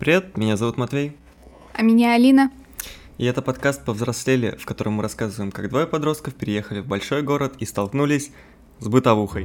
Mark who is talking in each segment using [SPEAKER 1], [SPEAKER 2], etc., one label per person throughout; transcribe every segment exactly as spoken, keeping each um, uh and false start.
[SPEAKER 1] Привет, меня зовут Матвей.
[SPEAKER 2] А меня Алина.
[SPEAKER 1] И это подкаст «Повзрослели», в котором мы рассказываем, как двое подростков переехали в большой город и столкнулись с бытовухой.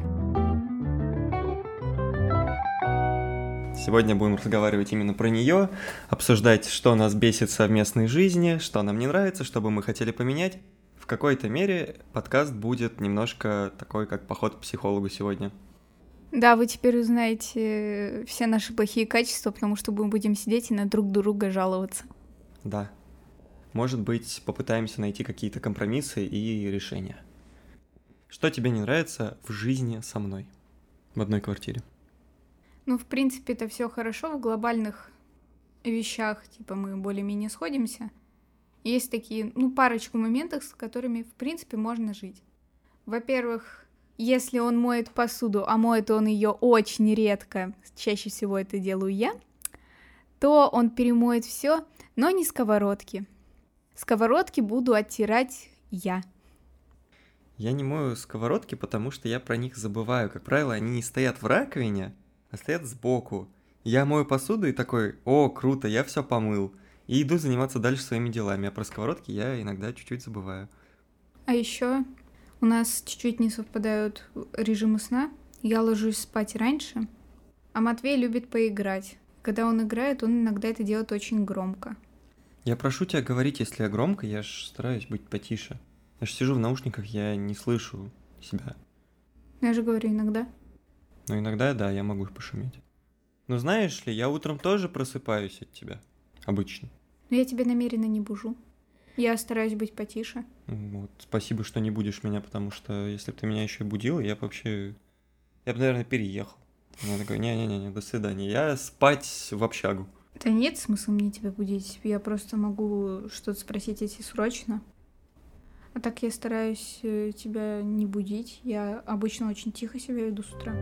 [SPEAKER 1] Сегодня будем разговаривать именно про нее, обсуждать, что нас бесит в совместной жизни, что нам не нравится, что бы мы хотели поменять. В какой-то мере подкаст будет немножко такой, как поход к психологу сегодня.
[SPEAKER 2] Да, вы теперь узнаете все наши плохие качества, потому что мы будем сидеть и на друг друга жаловаться.
[SPEAKER 1] Да. Может быть, попытаемся найти какие-то компромиссы и решения. Что тебе не нравится в жизни со мной в одной квартире?
[SPEAKER 2] Ну, в принципе, это все хорошо в глобальных вещах, типа мы более-менее сходимся. Есть такие, ну, парочку моментов, с которыми, в принципе, можно жить. Во-первых, если он моет посуду, а моет он ее очень редко, чаще всего это делаю я, то он перемоет все, но не сковородки. Сковородки буду оттирать я.
[SPEAKER 1] Я не мою сковородки, потому что я про них забываю. Как правило, они не стоят в раковине, а стоят сбоку. Я мою посуду и такой: о, круто, я все помыл. И иду заниматься дальше своими делами. А про сковородки я иногда чуть-чуть забываю.
[SPEAKER 2] А еще у нас чуть-чуть не совпадают режимы сна. Я ложусь спать раньше, а Матвей любит поиграть. Когда он играет, он иногда это делает очень громко.
[SPEAKER 1] Я прошу тебя говорить, если я громко, я ж стараюсь быть потише. Я ж сижу в наушниках, я не слышу себя.
[SPEAKER 2] Я же говорю, иногда.
[SPEAKER 1] Но иногда, да, я могу пошуметь. Но знаешь ли, я утром тоже просыпаюсь от тебя. Обычно.
[SPEAKER 2] Но я тебя намеренно не бужу. Я стараюсь быть потише.
[SPEAKER 1] Вот. Спасибо, что не будешь меня, потому что если бы ты меня еще и будила, я бы вообще... Я бы, наверное, переехал. Я такой: не-не-не, до свидания. Я спать в общагу.
[SPEAKER 2] Да нет смысла мне тебя будить. Я просто могу что-то спросить, если срочно. А так я стараюсь тебя не будить. Я обычно очень тихо себя веду с утра.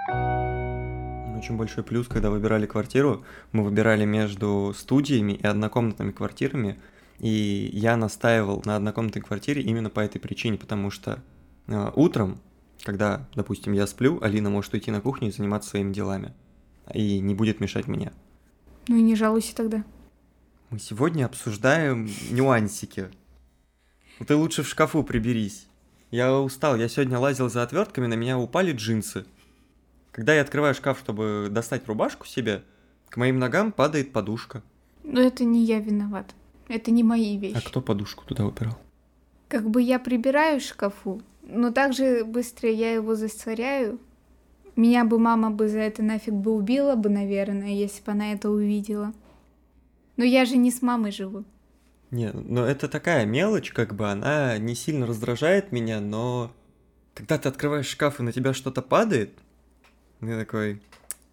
[SPEAKER 1] Очень большой плюс, когда выбирали квартиру, мы выбирали между студиями и однокомнатными квартирами, и я настаивал на однокомнатной квартире именно по этой причине, потому что э, утром, когда, допустим, я сплю, Алина может уйти на кухню и заниматься своими делами, и не будет мешать мне.
[SPEAKER 2] Ну и не жалуйся тогда.
[SPEAKER 1] Мы сегодня обсуждаем нюансики. Ну ты лучше в шкафу приберись. Я устал, я сегодня лазил за отвертками, на меня упали джинсы. Когда я открываю шкаф, чтобы достать рубашку себе, к моим ногам падает подушка.
[SPEAKER 2] Но это не я виноват. Это не мои вещи.
[SPEAKER 1] А кто подушку туда убирал?
[SPEAKER 2] Как бы я прибираю в шкафу, но так же быстро я его засоряю. Меня бы мама бы за это нафиг бы убила бы, наверное, если бы она это увидела. Но я же не с мамой живу.
[SPEAKER 1] Не, ну это такая мелочь, как бы она не сильно раздражает меня, но когда ты открываешь шкаф и на тебя что-то падает, я такой: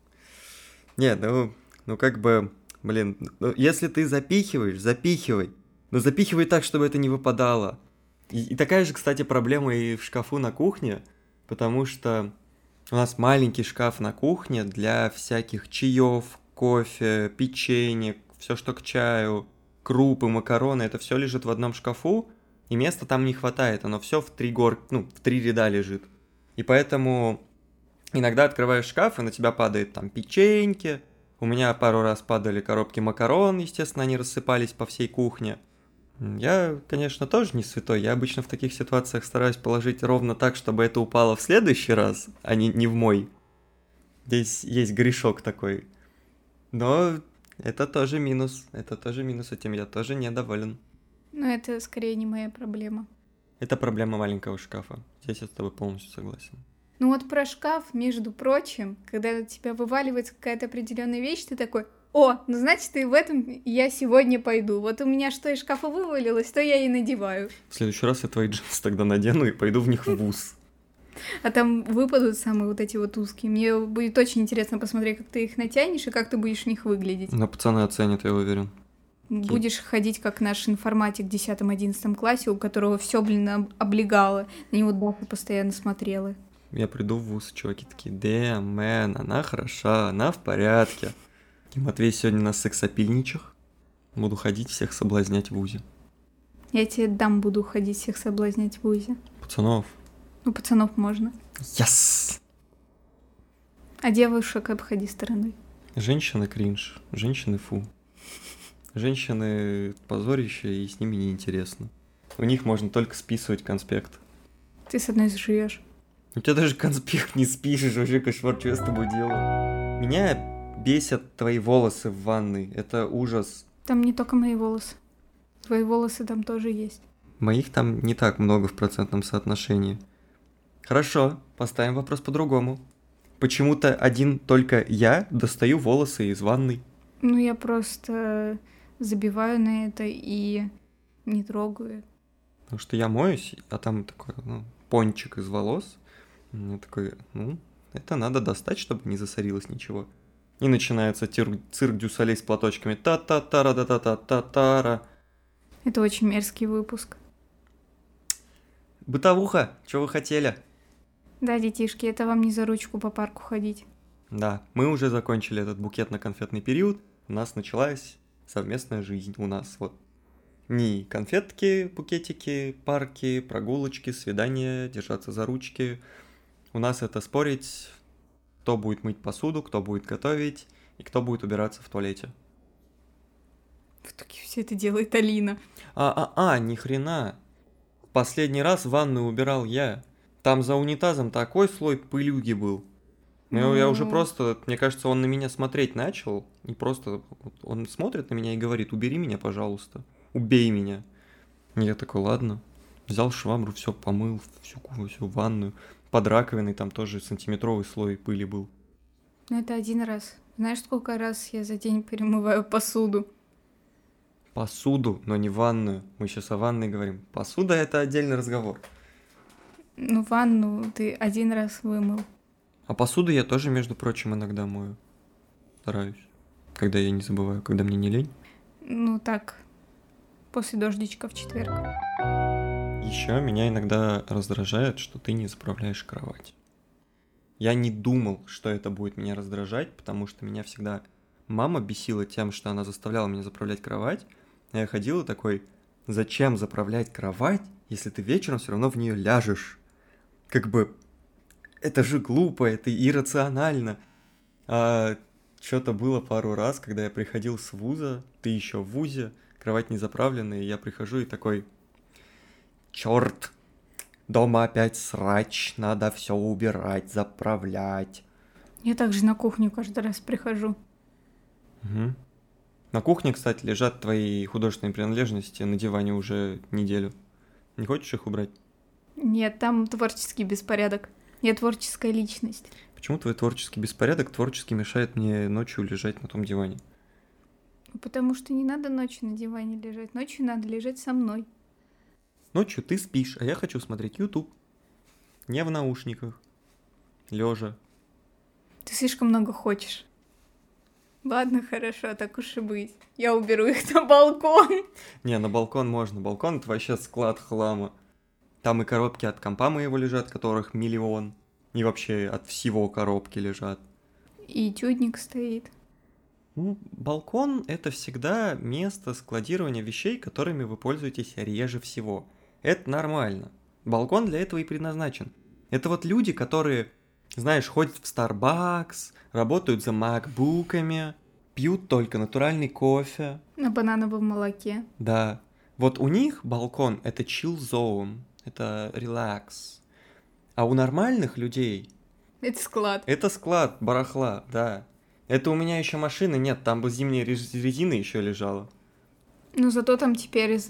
[SPEAKER 1] нет, ну, ну как бы, блин, ну, если ты запихиваешь, запихивай, но запихивай так, чтобы это не выпадало. И, и такая же, кстати, проблема и в шкафу на кухне, потому что у нас маленький шкаф на кухне для всяких чаев, кофе, печенье, все, что к чаю, крупы, макароны, это все лежит в одном шкафу, и места там не хватает, оно все в три гор, ну, в три ряда лежит. И поэтому иногда открываешь шкаф, и на тебя падает там печеньки. У меня пару раз падали коробки макарон, естественно, они рассыпались по всей кухне. Я, конечно, тоже не святой, я обычно в таких ситуациях стараюсь положить ровно так, чтобы это упало в следующий раз, а не, не в мой. Здесь есть грешок такой. Но это тоже минус, это тоже минус, этим я тоже недоволен.
[SPEAKER 2] Но это скорее не моя проблема.
[SPEAKER 1] Это проблема маленького шкафа, здесь я с тобой полностью согласен.
[SPEAKER 2] Ну вот про шкаф, между прочим, когда у тебя вываливается какая-то определенная вещь, ты такой: о, ну значит, и в этом я сегодня пойду. Вот у меня что из шкафа вывалилось, то я и надеваю.
[SPEAKER 1] В следующий раз я твои джинсы тогда надену и пойду в них в вуз.
[SPEAKER 2] А там выпадут самые вот эти вот узкие. Мне будет очень интересно посмотреть, как ты их натянешь и как ты будешь в них выглядеть.
[SPEAKER 1] Но пацаны оценят, я уверен.
[SPEAKER 2] Будешь ходить, как наш информатик в десятом-одиннадцатом классе, у которого все, блин, облегало. На него Даша постоянно смотрела.
[SPEAKER 1] Я приду в вуз, чуваки такие: damn, man, она хороша, она в порядке. И Матвей сегодня на сексапильничах. Буду ходить всех соблазнять в вузе.
[SPEAKER 2] Я тебе дам, буду ходить всех соблазнять в вузе.
[SPEAKER 1] Пацанов.
[SPEAKER 2] Ну, пацанов можно.
[SPEAKER 1] Yes!
[SPEAKER 2] А девушек обходи стороной.
[SPEAKER 1] Женщины кринж, женщины фу. Женщины позорище, и с ними неинтересно. У них можно только списывать конспект.
[SPEAKER 2] Ты с одной живешь.
[SPEAKER 1] У тебя даже конспект не спишешь, вообще кошмар, что я с тобой делаю. Меня бесят твои волосы в ванной, это ужас.
[SPEAKER 2] Там не только мои волосы. Твои волосы там тоже есть.
[SPEAKER 1] Моих там не так много в процентном соотношении. Хорошо, поставим вопрос по-другому. Почему-то один только я достаю волосы из ванной.
[SPEAKER 2] Ну, я просто забиваю на это и не трогаю.
[SPEAKER 1] Потому что я моюсь, а там такой, ну, пончик из волос. Я такой, ну, это надо достать, чтобы не засорилось ничего. И начинается тир- цирк дю солей с платочками. Та-та-тара-да-та-та-та-тара.
[SPEAKER 2] Это очень мерзкий выпуск.
[SPEAKER 1] Бытовуха, что вы хотели?
[SPEAKER 2] Да, детишки, это вам не за ручку по парку ходить.
[SPEAKER 1] Да, мы уже закончили этот букетно-конфетный период. У нас началась совместная жизнь. У нас вот не конфетки, букетики, парки, прогулочки, свидания, держаться за ручки. У нас это спорить, кто будет мыть посуду, кто будет готовить и кто будет убираться в туалете.
[SPEAKER 2] В итоге все это делает Алина.
[SPEAKER 1] А-а-а, ни хрена. Последний раз ванную убирал я. Там за унитазом такой слой пылюги был. Ну,
[SPEAKER 2] Ну.
[SPEAKER 1] я уже просто, мне кажется, он на меня смотреть начал. И просто он смотрит на меня и говорит: убери меня, пожалуйста. Убей меня. И я такой, ладно. Взял швабру, все помыл, всю, всю ванную. Под раковиной там тоже сантиметровый слой пыли был.
[SPEAKER 2] Ну, это один раз. Знаешь, сколько раз я за день перемываю посуду?
[SPEAKER 1] Посуду, но не ванную. Мы сейчас о ванной говорим. Посуда — это отдельный разговор.
[SPEAKER 2] Ну, ванну ты один раз вымыл.
[SPEAKER 1] А посуду я тоже, между прочим, иногда мою. Стараюсь. Когда я не забываю, когда мне не лень.
[SPEAKER 2] Ну, так, после дождичка в четверг.
[SPEAKER 1] Еще меня иногда раздражает, что ты не заправляешь кровать. Я не думал, что это будет меня раздражать, потому что меня всегда мама бесила тем, что она заставляла меня заправлять кровать. А я ходил и такой: зачем заправлять кровать, если ты вечером все равно в нее ляжешь? Как бы, это же глупо, это иррационально. А что-то было пару раз, когда я приходил с вуза, ты еще в вузе, кровать не заправленная, и я прихожу и такой: черт, дома опять срач, надо все убирать, заправлять.
[SPEAKER 2] Я также на кухню каждый раз прихожу.
[SPEAKER 1] Угу. На кухне, кстати, лежат твои художественные принадлежности на диване уже неделю. Не хочешь их убрать?
[SPEAKER 2] Нет, там творческий беспорядок. Я творческая личность.
[SPEAKER 1] Почему твой творческий беспорядок творчески мешает мне ночью лежать на том диване?
[SPEAKER 2] Потому что не надо ночью на диване лежать. Ночью надо лежать со мной.
[SPEAKER 1] Ночью ты спишь, а я хочу смотреть YouTube. Не в наушниках. Лежа.
[SPEAKER 2] Ты слишком много хочешь. Ладно, хорошо, так уж и быть. Я уберу их на балкон.
[SPEAKER 1] Не, на балкон можно. Балкон — это вообще склад хлама. Там и коробки от компа моего лежат, которых миллион. И вообще от всего коробки лежат.
[SPEAKER 2] И этюдник стоит.
[SPEAKER 1] Ну, балкон — это всегда место складирования вещей, которыми вы пользуетесь реже всего. Это нормально. Балкон для этого и предназначен. Это вот люди, которые, знаешь, ходят в Starbucks, работают за макбуками, пьют только натуральный кофе.
[SPEAKER 2] На банановом молоке.
[SPEAKER 1] Да. Вот у них балкон — это chill zone, это релакс. А у нормальных людей
[SPEAKER 2] Это склад.
[SPEAKER 1] это склад барахла, да. Это у меня еще машины нет, там бы зимняя рез- резина еще лежала.
[SPEAKER 2] Но зато там теперь из-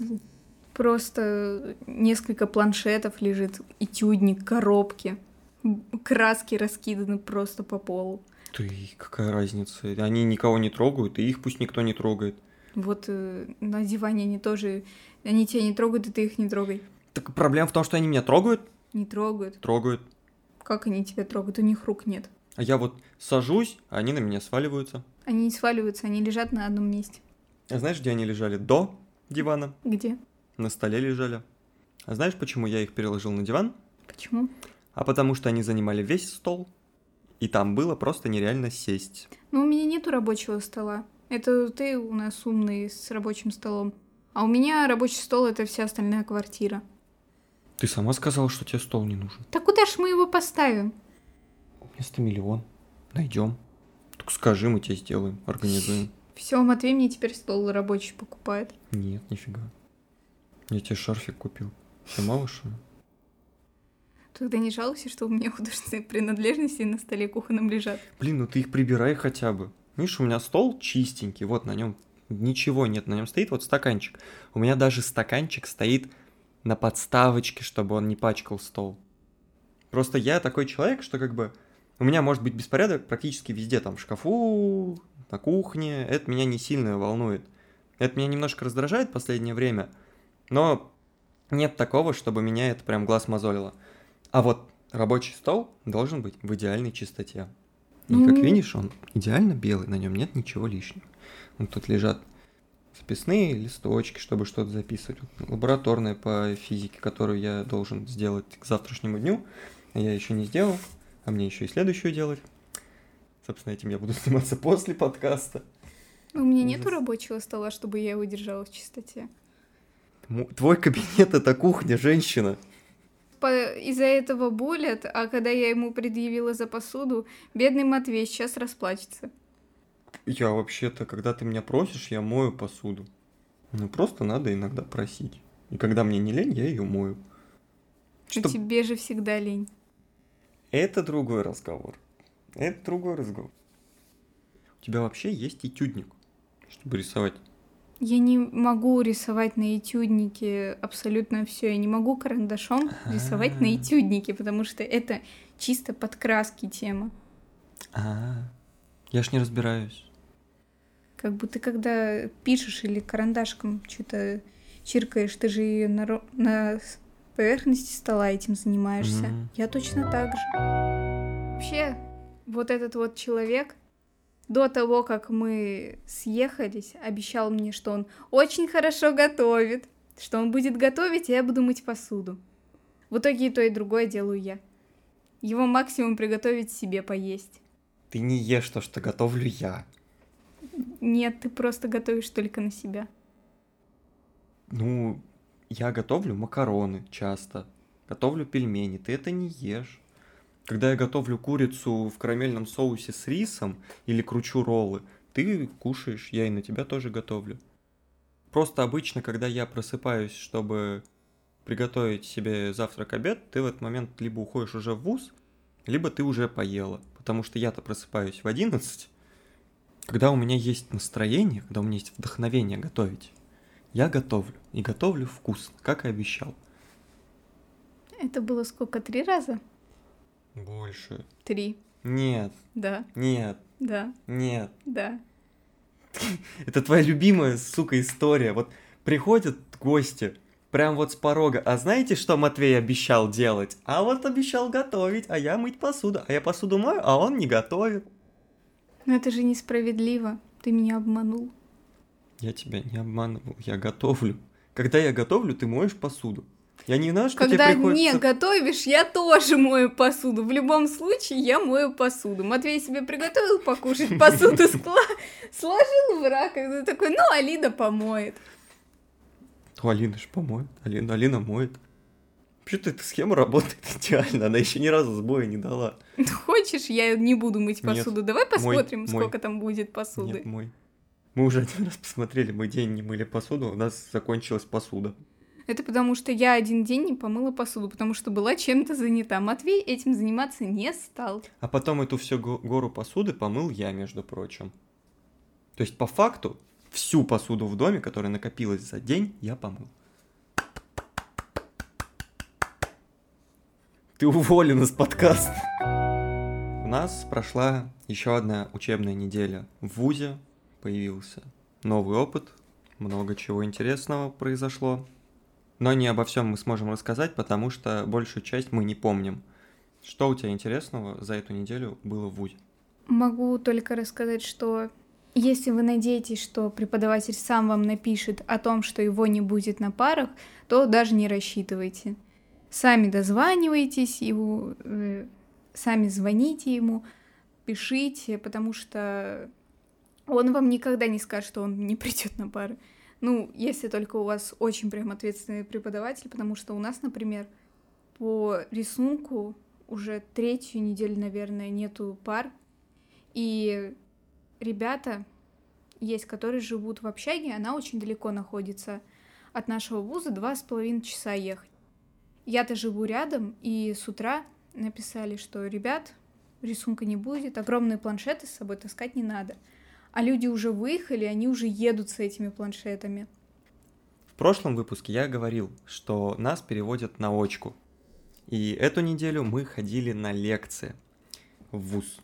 [SPEAKER 2] просто несколько планшетов лежит, этюдник, коробки. М, Краски раскиданы просто по полу.
[SPEAKER 1] Ты, какая разница? Они никого не трогают, и их пусть никто не трогает.
[SPEAKER 2] Вот э, на диване они тоже... Они тебя не трогают, и ты их не трогай.
[SPEAKER 1] Так проблема в том, что они меня трогают?
[SPEAKER 2] Не трогают.
[SPEAKER 1] Трогают.
[SPEAKER 2] Как они тебя трогают? У них рук нет.
[SPEAKER 1] А я вот сажусь, а они на меня сваливаются.
[SPEAKER 2] Они не сваливаются, они лежат на одном месте.
[SPEAKER 1] А знаешь, где они лежали до дивана?
[SPEAKER 2] Где?
[SPEAKER 1] На столе лежали. А знаешь, почему я их переложил на диван?
[SPEAKER 2] Почему?
[SPEAKER 1] А потому что они занимали весь стол, и там было просто нереально сесть.
[SPEAKER 2] Ну, у меня нету рабочего стола. Это ты у нас умный с рабочим столом. А у меня рабочий стол — это вся остальная квартира.
[SPEAKER 1] Ты сама сказала, что тебе стол не нужен.
[SPEAKER 2] Так куда ж мы его поставим?
[SPEAKER 1] Место миллион. Найдем. Так скажи, мы тебе сделаем, организуем.
[SPEAKER 2] Все, Матвей мне теперь стол рабочий покупает.
[SPEAKER 1] Нет, нифига. Я тебе шарфик купил. Все мало, что ли?
[SPEAKER 2] Тогда не жалуйся, что у меня художественные принадлежности на столе кухонном лежат.
[SPEAKER 1] Блин, ну ты их прибирай хотя бы. Видишь, у меня стол чистенький, вот на нем ничего нет, на нем стоит вот стаканчик. У меня даже стаканчик стоит на подставочке, чтобы он не пачкал стол. Просто я такой человек, что как бы у меня может быть беспорядок практически везде, там в шкафу, на кухне, это меня не сильно волнует. Это меня немножко раздражает в последнее время, но нет такого, чтобы меня это прям глаз мозолило. А вот рабочий стол должен быть в идеальной чистоте. И
[SPEAKER 2] Ну.
[SPEAKER 1] как видишь, он идеально белый, на нем нет ничего лишнего. Вот тут лежат записные листочки, чтобы что-то записывать. Вот лабораторная по физике, которую я должен сделать к завтрашнему дню, а я еще не сделал, а мне еще и следующую делать. Собственно, этим я буду заниматься после подкаста.
[SPEAKER 2] У меня
[SPEAKER 1] Ужас.
[SPEAKER 2] нету рабочего стола, чтобы я его держала в чистоте.
[SPEAKER 1] М- Твой кабинет — это кухня, женщина.
[SPEAKER 2] По- Из-за этого булят, а когда я ему предъявила за посуду, бедный Матвей сейчас расплачется.
[SPEAKER 1] Я вообще-то, когда ты меня просишь, я мою посуду. Ну, просто надо иногда просить. И когда мне не лень, я ее мою.
[SPEAKER 2] А
[SPEAKER 1] Что...
[SPEAKER 2] тебе же всегда лень.
[SPEAKER 1] Это другой разговор. Это другой разговор. У тебя вообще есть этюдник, чтобы рисовать?
[SPEAKER 2] Я не могу рисовать на этюднике абсолютно все. Я не могу карандашом рисовать на этюднике, потому что это чисто под краски тема.
[SPEAKER 1] А, я ж не разбираюсь.
[SPEAKER 2] Как бы ты когда пишешь или карандашком что-то чиркаешь, ты же и на, ро- на с- поверхности стола этим занимаешься.
[SPEAKER 1] Мгм.
[SPEAKER 2] Я точно так же. Вообще, вот этот вот человек до того, как мы съехались, обещал мне, что он очень хорошо готовит, что он будет готовить, а я буду мыть посуду. В итоге и то, и другое делаю я. Его максимум приготовить себе поесть.
[SPEAKER 1] Ты не ешь то, что готовлю я.
[SPEAKER 2] Нет, ты просто готовишь только на себя.
[SPEAKER 1] Ну, я готовлю макароны часто. Готовлю пельмени. Ты это не ешь. Когда я готовлю курицу в карамельном соусе с рисом или кручу роллы, ты кушаешь, я и на тебя тоже готовлю. Просто обычно, когда я просыпаюсь, чтобы приготовить себе завтрак-обед, ты в этот момент либо уходишь уже в вуз, либо ты уже поела. Потому что я-то просыпаюсь в одиннадцать, когда у меня есть настроение, когда у меня есть вдохновение готовить. Я готовлю. И готовлю вкусно, как и обещал.
[SPEAKER 2] Это было сколько? Три раза?
[SPEAKER 1] Больше.
[SPEAKER 2] Три.
[SPEAKER 1] Нет,
[SPEAKER 2] Да,
[SPEAKER 1] нет,
[SPEAKER 2] да,
[SPEAKER 1] нет.
[SPEAKER 2] да.
[SPEAKER 1] Это твоя любимая, сука, история. Вот приходят гости, прям вот с порога. А знаете, что Матвей обещал делать? А вот обещал готовить, а я мыть посуду. А я посуду мою, а он не готовит.
[SPEAKER 2] Но это же несправедливо. Ты меня обманул.
[SPEAKER 1] Я тебя не обманывал, я готовлю. Когда я готовлю, ты моешь посуду. Я не знаю, что
[SPEAKER 2] Когда
[SPEAKER 1] тебе приходится...
[SPEAKER 2] не готовишь, я тоже мою посуду. В любом случае, я мою посуду. Матвей себе приготовил покушать, посуду скла- сложил в раковину. Такой, ну, Алина помоет.
[SPEAKER 1] Ну, Алина ж помоет, Алина, Алина моет. Вообще-то эта схема работает идеально, она еще ни разу сбоя не дала.
[SPEAKER 2] Хочешь, я не буду мыть
[SPEAKER 1] Нет,
[SPEAKER 2] посуду? Давай посмотрим,
[SPEAKER 1] мой.
[SPEAKER 2] сколько там будет посуды.
[SPEAKER 1] Нет, мой. Мы уже один раз посмотрели, мы день не мыли посуду, у нас закончилась посуда.
[SPEAKER 2] Это потому, что я один день не помыла посуду, потому что была чем-то занята. Матвей этим заниматься не стал.
[SPEAKER 1] А потом эту всю го- гору посуды помыл я, между прочим. То есть, по факту, всю посуду в доме, которая накопилась за день, я помыл. Ты уволен из подкаста. У нас прошла еще одна учебная неделя. В вузе появился новый опыт, много чего интересного произошло. Но не обо всем мы сможем рассказать, потому что большую часть мы не помним. Что у тебя интересного за эту неделю было в вузе?
[SPEAKER 2] Могу только рассказать, что если вы надеетесь, что преподаватель сам вам напишет о том, что его не будет на парах, то даже не рассчитывайте. Сами дозванивайтесь, его, э, сами звоните ему, пишите, потому что он вам никогда не скажет, что он не придет на пары. Ну, если только у вас очень прям ответственный преподаватель, потому что у нас, например, по рисунку уже третью неделю, наверное, нету пар, и ребята есть, которые живут в общаге, она очень далеко находится от нашего вуза, два с половиной часа ехать. Я-то живу рядом, и с утра написали, что ребят, рисунка не будет, огромные планшеты с собой таскать не надо. А люди уже выехали, они уже едут с этими планшетами.
[SPEAKER 1] В прошлом выпуске я говорил, что нас переводят на очку. И эту неделю мы ходили на лекции в вуз.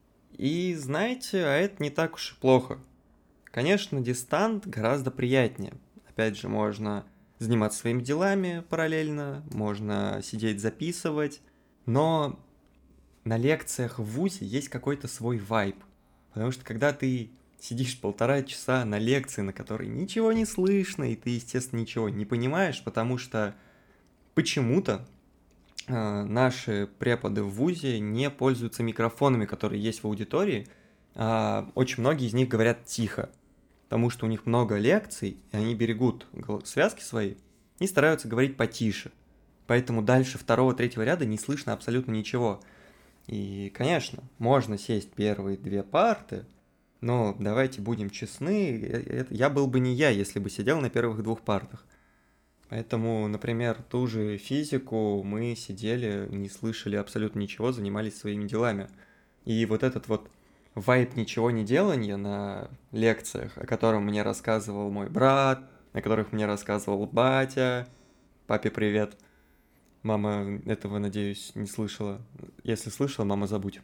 [SPEAKER 1] И знаете, а это не так уж и плохо. Конечно, дистант гораздо приятнее. Опять же, можно заниматься своими делами параллельно, можно сидеть записывать, но на лекциях в вузе есть какой-то свой вайб. Потому что когда ты сидишь полтора часа на лекции, на которой ничего не слышно, и ты, естественно, ничего не понимаешь, потому что почему-то э, наши преподы в вузе не пользуются микрофонами, которые есть в аудитории, а очень многие из них говорят тихо, потому что у них много лекций, и они берегут связки свои и стараются говорить потише. Поэтому дальше второго-третьего ряда не слышно абсолютно ничего. И, конечно, можно сесть первые две парты, но давайте будем честны, я был бы не я, если бы сидел на первых двух партах. Поэтому, например, ту же физику мы сидели, не слышали абсолютно ничего, занимались своими делами. И вот этот вот вайб ничего не делания на лекциях, о котором мне рассказывал мой брат, о которых мне рассказывал батя, папе привет. Мама этого, надеюсь, не слышала. Если слышала, мама, забудь.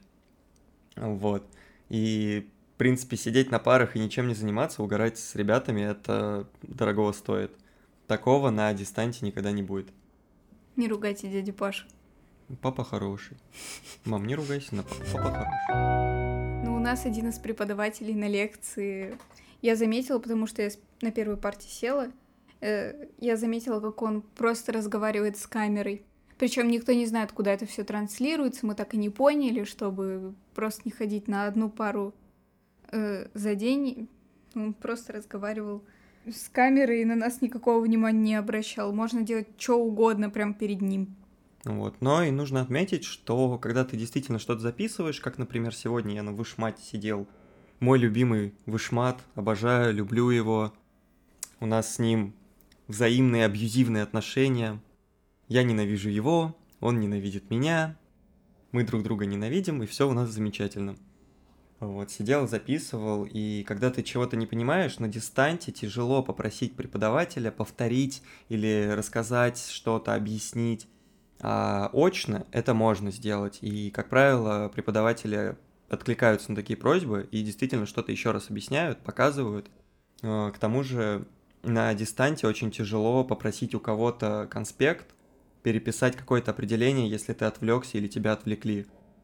[SPEAKER 1] Вот. И, в принципе, сидеть на парах и ничем не заниматься, угорать с ребятами, это дорого стоит. Такого на дистанте никогда не будет.
[SPEAKER 2] Не ругайте дядю Пашу.
[SPEAKER 1] Папа хороший. Мам, не ругайся, но папа, папа хороший.
[SPEAKER 2] Ну, у нас один из преподавателей на лекции, я заметила, потому что я на первой парте села, э, я заметила, как он просто разговаривает с камерой. Причем никто не знает, куда это все транслируется, мы так и не поняли, чтобы просто не ходить на одну пару э, за день. Он просто разговаривал с камерой и на нас никакого внимания не обращал. Можно делать что угодно прямо перед ним.
[SPEAKER 1] Вот. Но и нужно отметить, что когда ты действительно что-то записываешь, как, например, сегодня я на вышмате сидел, мой любимый вышмат, обожаю, люблю его, у нас с ним взаимные абьюзивные отношения, я ненавижу его, он ненавидит меня, мы друг друга ненавидим, и все у нас замечательно. Вот, сидел, записывал, и когда ты чего-то не понимаешь, на дистанте тяжело попросить преподавателя повторить или рассказать что-то, объяснить. А очно это можно сделать, и, как правило, преподаватели откликаются на такие просьбы и действительно что-то еще раз объясняют, показывают. К тому же на дистанте очень тяжело попросить у кого-то конспект, переписать какое-то определение, если ты отвлекся или тебя отвлекли.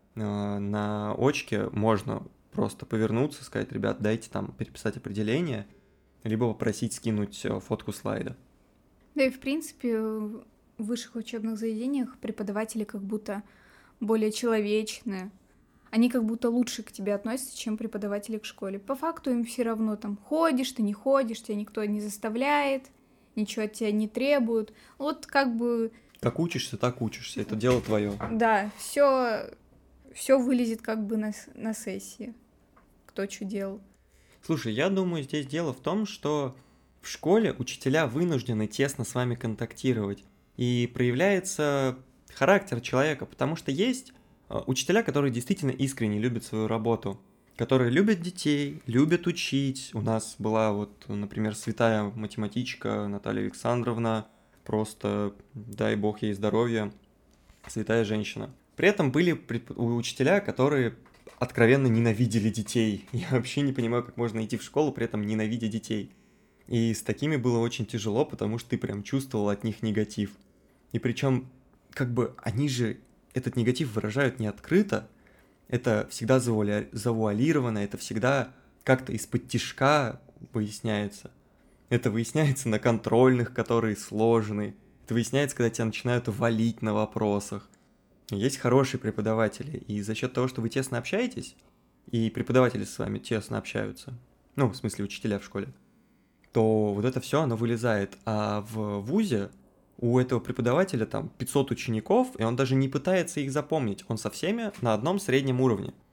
[SPEAKER 1] На очке можно просто повернуться, сказать: ребят, дайте там переписать определение, либо попросить скинуть фотку слайда.
[SPEAKER 2] Да и в принципе в высших учебных заведениях преподаватели как будто более человечные. Они как будто лучше к тебе относятся, чем преподаватели к школе. По факту им все равно, там, ходишь ты, не ходишь, тебя никто не заставляет, ничего от тебя не требуют. Вот как бы...
[SPEAKER 1] Как учишься, так учишься, это дело твое.
[SPEAKER 2] Да, все, все вылезет как бы на, на сессии, кто что делал.
[SPEAKER 1] Слушай, я думаю, здесь дело в том, что в школе учителя вынуждены тесно с вами контактировать. И проявляется характер человека, потому что есть учителя, которые действительно искренне любят свою работу, которые любят детей, любят учить. У нас была вот, например, святая математичка Наталья Александровна, просто дай бог ей здоровья, святая женщина. При этом были учителя, которые откровенно ненавидели детей. Я вообще не понимаю, как можно идти в школу, при этом ненавидя детей. И с такими было очень тяжело, потому что ты прям чувствовал от них негатив. И причем, как бы, они же этот негатив выражают не открыто, это всегда завуаля... завуалировано, это всегда как-то из-под тишка выясняется. Это выясняется на контрольных, которые сложны. Это выясняется, когда тебя начинают валить на вопросах. Есть хорошие преподаватели, и за счет того, что вы тесно общаетесь, и преподаватели с вами тесно общаются, ну, в смысле учителя в школе, то вот это все, оно вылезает. А в вузе у этого преподавателя там пятьсот учеников, и он даже не пытается их запомнить. Он со всеми на одном среднем уровне.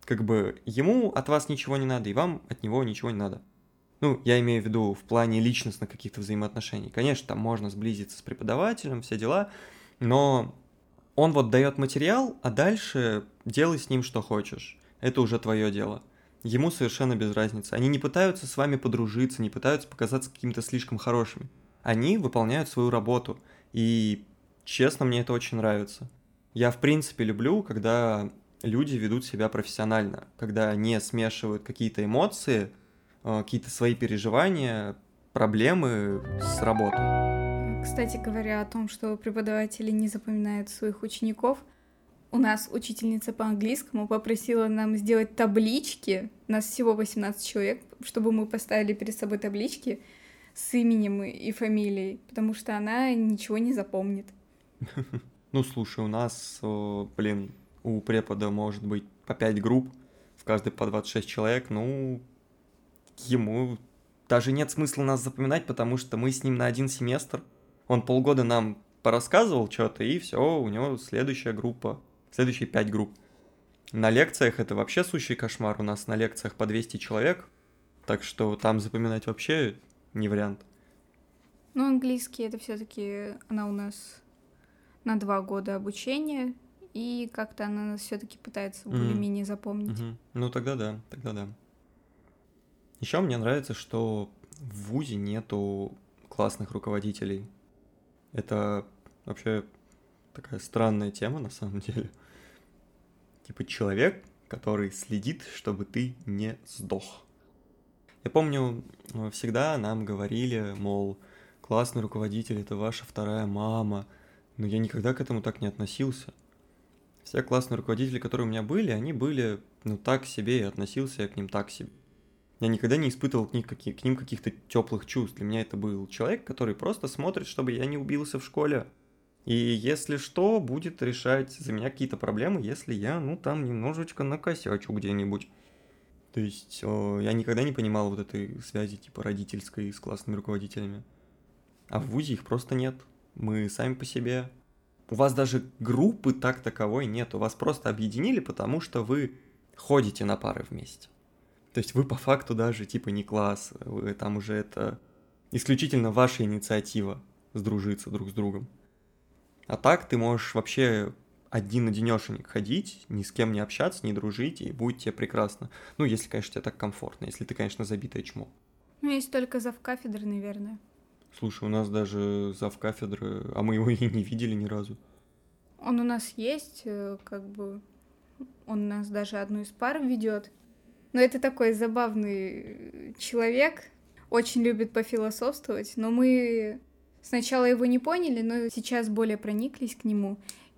[SPEAKER 1] как бы ему от вас ничего не надо, и вам от него ничего не надо. Ну, я имею в виду в плане личностных каких-то взаимоотношений. Конечно, там можно сблизиться с преподавателем, все дела, но он вот дает материал, а дальше делай с ним что хочешь. Это уже твое дело. Ему совершенно без разницы. Они не пытаются с вами подружиться, не пытаются показаться какими-то слишком хорошими. Они выполняют свою работу. И, честно, мне это очень нравится. Я, в принципе, люблю, когда люди ведут себя профессионально, когда не смешивают какие-то эмоции, какие-то свои переживания, проблемы с работой.
[SPEAKER 2] Кстати говоря о том, что преподаватели не запоминают своих учеников, у нас учительница по английскому попросила нам сделать таблички, нас всего восемнадцать человек, чтобы мы поставили перед собой таблички с именем и фамилией, потому что она ничего не запомнит.
[SPEAKER 1] Ну, слушай, у нас, блин, у препода может быть по пять групп, в каждой по двадцать шесть человек, ну, ему даже нет смысла нас запоминать, потому что мы с ним на один семестр, он полгода нам порассказывал что-то, и все, у него следующая группа. Следующие пять групп. На лекциях это вообще сущий кошмар. У нас на лекциях по двести человек, так что там запоминать вообще не вариант.
[SPEAKER 2] Ну, английский это все-таки она у нас на два года обучения, и как-то она нас все-таки пытается mm. более-менее запомнить.
[SPEAKER 1] Mm-hmm. Ну, тогда да, тогда да. Еще мне нравится, что в вузе нету классных руководителей. Это вообще такая странная тема на самом деле. Типа человек, который следит, чтобы ты не сдох. Я помню, всегда нам говорили, мол, классный руководитель — это ваша вторая мама. Но я никогда к этому так не относился. Все классные руководители, которые у меня были, они были, ну, так себе, и относился я к ним так себе. Я никогда не испытывал к ним, каких, к ним каких-то теплых чувств. Для меня это был человек, который просто смотрит, чтобы я не убился в школе. И если что, будет решать за меня какие-то проблемы, если я, ну, там немножечко накосячу где-нибудь. То есть о, я никогда не понимал вот этой связи типа родительской с классными руководителями. А в вузе их просто нет. Мы сами по себе. У вас даже группы так таковой нет. У вас просто объединили, потому что вы ходите на пары вместе. То есть вы по факту даже типа не класс. Вы там уже это исключительно ваша инициатива сдружиться друг с другом. А так ты можешь вообще один-одинешенек ходить, ни с кем не общаться, не дружить, и будет тебе прекрасно. Ну, если, конечно, тебе так комфортно, если ты, конечно, забитое чмо.
[SPEAKER 2] Ну, есть только завкафедры, наверное.
[SPEAKER 1] Слушай, у нас даже завкафедры, а мы его и не видели ни разу.
[SPEAKER 2] Он у нас есть, как бы, он у нас даже одну из пар ведет. Но это такой забавный человек, очень любит пофилософствовать, но мы... Сначала его не поняли, но сейчас более прониклись к нему,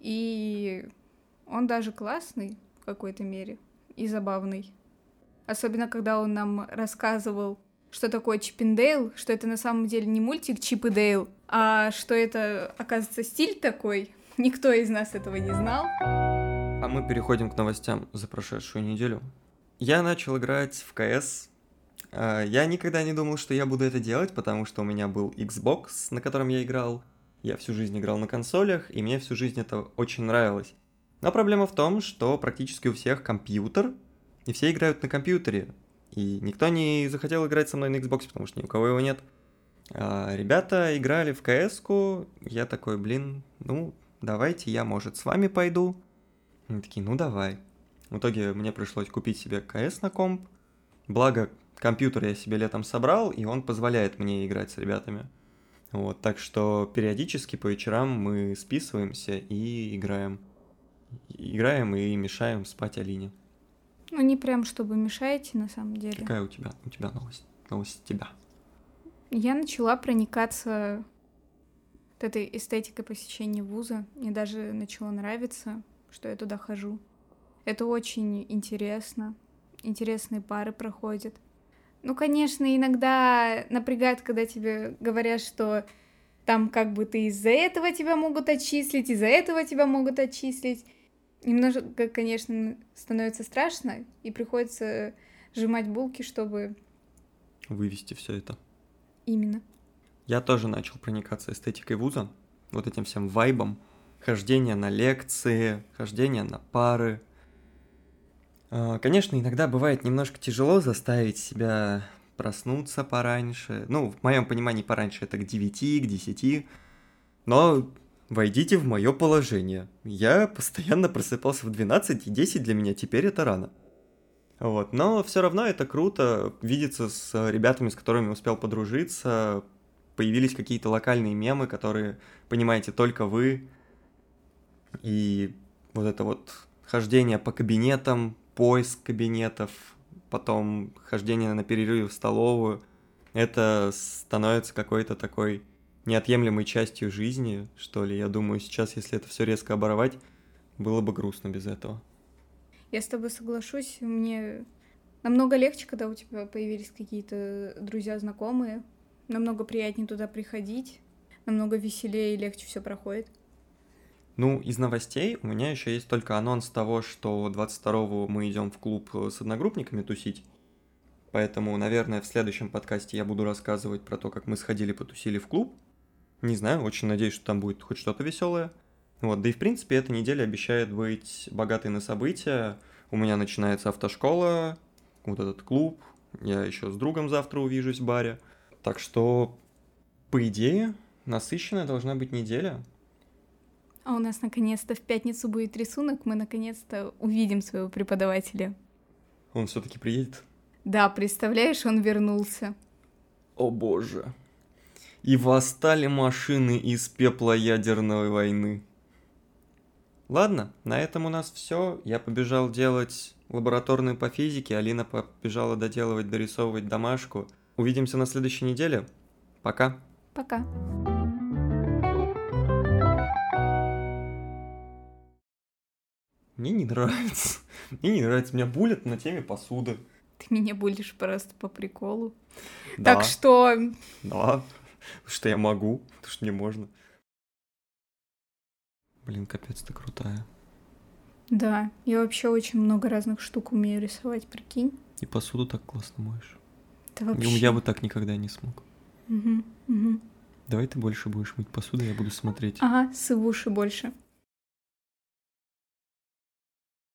[SPEAKER 2] и он даже классный в какой-то мере и забавный. Особенно, когда он нам рассказывал, что такое Чип и Дейл, что это на самом деле не мультик Чип и Дейл, а что это, оказывается, стиль такой. Никто из нас этого не знал.
[SPEAKER 1] А мы переходим к новостям за прошедшую неделю. Я начал играть в КС. Я никогда не думал, что я буду это делать, потому что у меня был Xbox, на котором я играл. Я всю жизнь играл на консолях, и мне всю жизнь это очень нравилось. Но проблема в том, что практически у всех компьютер, и все играют на компьютере. И никто не захотел играть со мной на Xbox, потому что ни у кого его нет. А ребята играли в КС-ку, я такой, блин, ну, давайте я, может, с вами пойду. Они такие, ну, давай. В итоге мне пришлось купить себе КС на комп. Благо, компьютер я себе летом собрал, и он позволяет мне играть с ребятами. Вот, так что периодически по вечерам мы списываемся и играем. Играем и мешаем спать Алине.
[SPEAKER 2] Ну, не прям чтобы мешаете, на самом деле.
[SPEAKER 1] Какая у тебя? У тебя новость? Новость тебя.
[SPEAKER 2] Я начала проникаться вот этой эстетикой посещения вуза. Мне даже начало нравиться, что я туда хожу. Это очень интересно. Интересные пары проходят. Ну, конечно, иногда напрягает, когда тебе говорят, что там как бы ты из-за этого тебя могут отчислить, из-за этого тебя могут отчислить. Немножко, конечно, становится страшно, и приходится сжимать булки, чтобы...
[SPEAKER 1] вывести все это.
[SPEAKER 2] Именно.
[SPEAKER 1] Я тоже начал проникаться эстетикой вуза, вот этим всем вайбом. Хождение на лекции, хождение на пары. А, Конечно, иногда бывает немножко тяжело заставить себя проснуться пораньше. Ну, в моем понимании пораньше это к девяти, к десяти. Но войдите в мое положение. Я постоянно просыпался в двенадцать, и десять для меня теперь это рано. Вот. Но все равно это круто видеться с ребятами, с которыми успел подружиться. Появились какие-то локальные мемы, которые понимаете только вы. И вот это вот хождение по кабинетам, поиск кабинетов, потом хождение на перерыве в столовую, это становится какой-то такой неотъемлемой частью жизни, что ли. Я думаю, сейчас, если это все резко оборвать, было бы грустно без этого.
[SPEAKER 2] Я с тобой соглашусь, мне намного легче, когда у тебя появились какие-то друзья, знакомые, намного приятнее туда приходить, намного веселее и легче все проходит.
[SPEAKER 1] Ну, из новостей у меня еще есть только анонс того, что двадцать второго мы идем в клуб с одногруппниками тусить. Поэтому, наверное, в следующем подкасте я буду рассказывать про то, как мы сходили потусили в клуб. Не знаю, очень надеюсь, что там будет хоть что-то веселое. Вот, да и в принципе эта неделя обещает быть богатой на события. У меня начинается автошкола, вот этот клуб. Я еще с другом завтра увижусь в баре. Так что, по идее, насыщенная должна быть неделя.
[SPEAKER 2] А у нас наконец-то в пятницу будет рисунок, мы наконец-то увидим своего преподавателя.
[SPEAKER 1] Он все-таки приедет?
[SPEAKER 2] Да, представляешь, он вернулся.
[SPEAKER 1] О боже. И восстали машины из пепла ядерной войны. Ладно, на этом у нас все. Я побежал делать лабораторную по физике, Алина побежала доделывать, дорисовывать домашку. Увидимся на следующей неделе. Пока.
[SPEAKER 2] Пока.
[SPEAKER 1] Мне не нравится. Мне не нравится. Меня булят на теме посуды.
[SPEAKER 2] Ты меня булишь просто по приколу.
[SPEAKER 1] Да.
[SPEAKER 2] Так что...
[SPEAKER 1] Да. Что я могу, то что мне можно. Блин, капец, ты крутая.
[SPEAKER 2] Да, я вообще очень много разных штук умею рисовать, прикинь.
[SPEAKER 1] И посуду так классно моешь.
[SPEAKER 2] Это вообще...
[SPEAKER 1] Я бы так никогда не смог.
[SPEAKER 2] Угу, угу.
[SPEAKER 1] Давай ты больше будешь мыть посуду, я буду смотреть.
[SPEAKER 2] Ага, сы в уши больше.